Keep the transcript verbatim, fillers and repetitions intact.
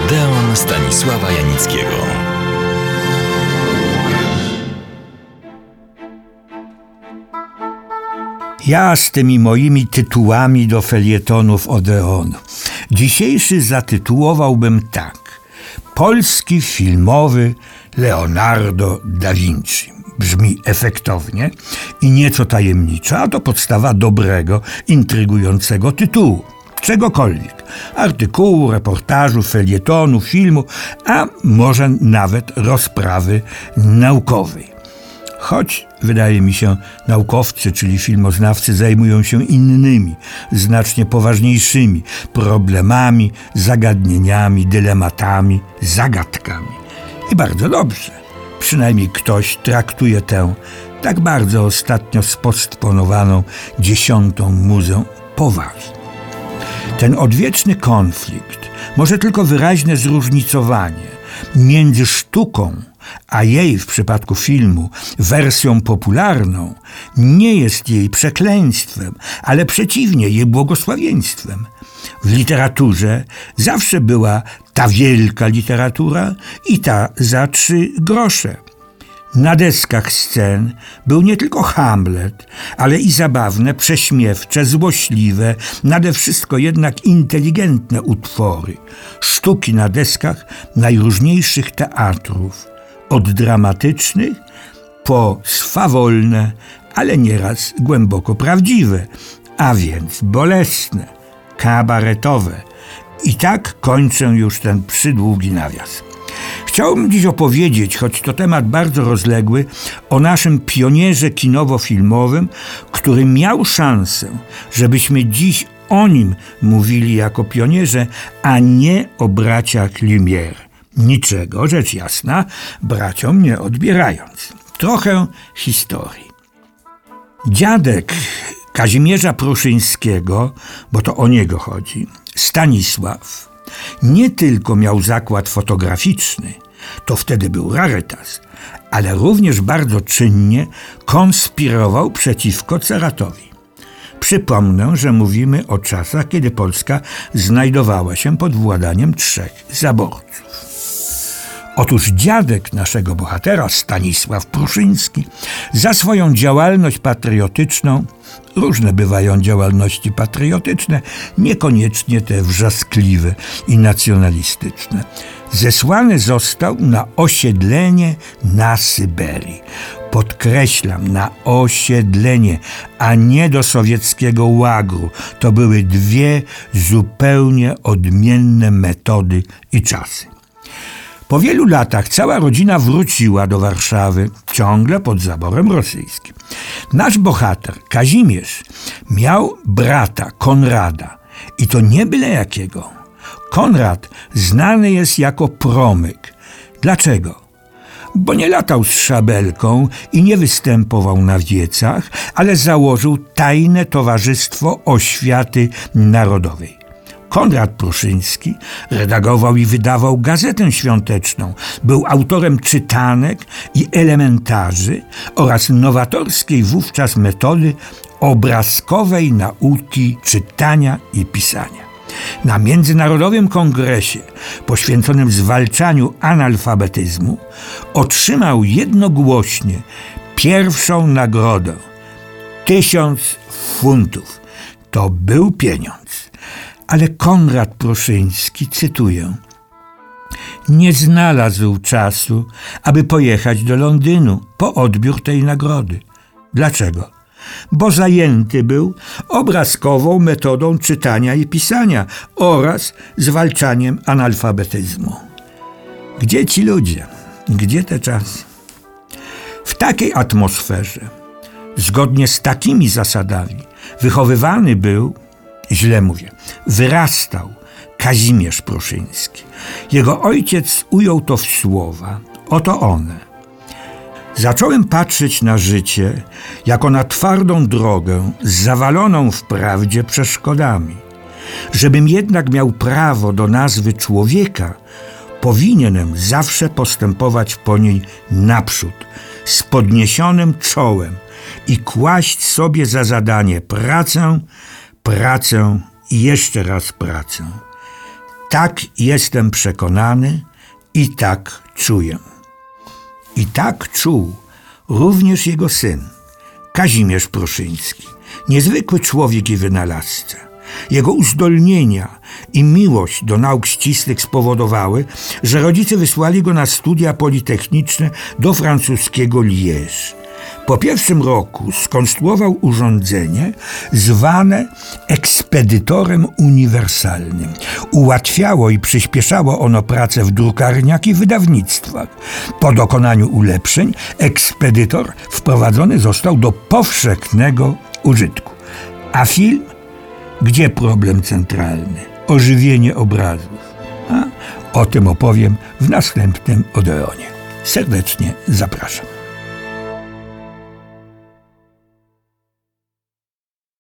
Odeon Stanisława Janickiego. Ja z tymi moimi tytułami do felietonów Odeonu. Dzisiejszy zatytułowałbym tak: Polski filmowy Leonardo da Vinci. Brzmi efektownie i nieco tajemniczo, a to podstawa dobrego, intrygującego tytułu. Czegokolwiek. Artykułu, reportażu, felietonu, filmu, a może nawet rozprawy naukowej. Choć, wydaje mi się, naukowcy, czyli filmoznawcy, zajmują się innymi, znacznie poważniejszymi problemami, zagadnieniami, dylematami, zagadkami. I bardzo dobrze. Przynajmniej ktoś traktuje tę tak bardzo ostatnio spostponowaną dziesiątą muzę poważnie. Ten odwieczny konflikt, może tylko wyraźne zróżnicowanie między sztuką a jej, w przypadku filmu, wersją popularną, nie jest jej przekleństwem, ale przeciwnie, jej błogosławieństwem. W literaturze zawsze była ta wielka literatura i ta za trzy grosze. Na deskach scen był nie tylko Hamlet, ale i zabawne, prześmiewcze, złośliwe, nade wszystko jednak inteligentne utwory. Sztuki na deskach najróżniejszych teatrów, od dramatycznych po swawolne, ale nieraz głęboko prawdziwe, a więc bolesne, kabaretowe. I tak kończę już ten przydługi nawias. Chciałbym dziś opowiedzieć, choć to temat bardzo rozległy, o naszym pionierze kinowo-filmowym, który miał szansę, żebyśmy dziś o nim mówili jako pionierze, a nie o braciach Lumière. Niczego, rzecz jasna, braciom nie odbierając. Trochę historii. Dziadek Kazimierza Pruszyńskiego, bo to o niego chodzi, Stanisław, nie tylko miał zakład fotograficzny, to wtedy był rarytas, ale również bardzo czynnie konspirował przeciwko caratowi. Przypomnę, że mówimy o czasach, kiedy Polska znajdowała się pod władaniem trzech zaborców. Otóż dziadek naszego bohatera, Stanisław Pruszyński, za swoją działalność patriotyczną, różne bywają działalności patriotyczne, niekoniecznie te wrzaskliwe i nacjonalistyczne, zesłany został na osiedlenie na Syberii. Podkreślam, na osiedlenie, a nie do sowieckiego łagru. To były dwie zupełnie odmienne metody i czasy. Po wielu latach cała rodzina wróciła do Warszawy, ciągle pod zaborem rosyjskim. Nasz bohater, Kazimierz, miał brata Konrada i to nie byle jakiego. Konrad znany jest jako promyk. Dlaczego? Bo nie latał z szabelką i nie występował na wiecach, ale założył tajne towarzystwo oświaty narodowej. Konrad Pruszyński redagował i wydawał gazetę świąteczną, był autorem czytanek i elementarzy oraz nowatorskiej wówczas metody obrazkowej nauki czytania i pisania. Na Międzynarodowym Kongresie poświęconym zwalczaniu analfabetyzmu otrzymał jednogłośnie pierwszą nagrodę – tysiąc funtów. To był pieniądz. Ale Konrad Pruszyński, cytuję, nie znalazł czasu, aby pojechać do Londynu po odbiór tej nagrody. Dlaczego? Bo zajęty był obrazkową metodą czytania i pisania oraz zwalczaniem analfabetyzmu. Gdzie ci ludzie? Gdzie te czasy? W takiej atmosferze, zgodnie z takimi zasadami, wychowywany był, źle mówię, wyrastał Kazimierz Pruszyński. Jego ojciec ujął to w słowa. Oto one. Zacząłem patrzeć na życie jako na twardą drogę zawaloną wprawdzie przeszkodami. Żebym jednak miał prawo do nazwy człowieka, powinienem zawsze postępować po niej naprzód, z podniesionym czołem i kłaść sobie za zadanie pracę, pracę i jeszcze raz pracę. Tak jestem przekonany i tak czuję. I tak czuł również jego syn, Kazimierz Pruszyński, niezwykły człowiek i wynalazca. Jego uzdolnienia i miłość do nauk ścisłych spowodowały, że rodzice wysłali go na studia politechniczne do francuskiego Liège. Po pierwszym roku skonstruował urządzenie zwane ekspedytorem uniwersalnym. Ułatwiało i przyspieszało ono pracę w drukarniach i wydawnictwach. Po dokonaniu ulepszeń ekspedytor wprowadzony został do powszechnego użytku. A film? Gdzie problem centralny? Ożywienie obrazów. A o tym opowiem w następnym Odeonie. Serdecznie zapraszam.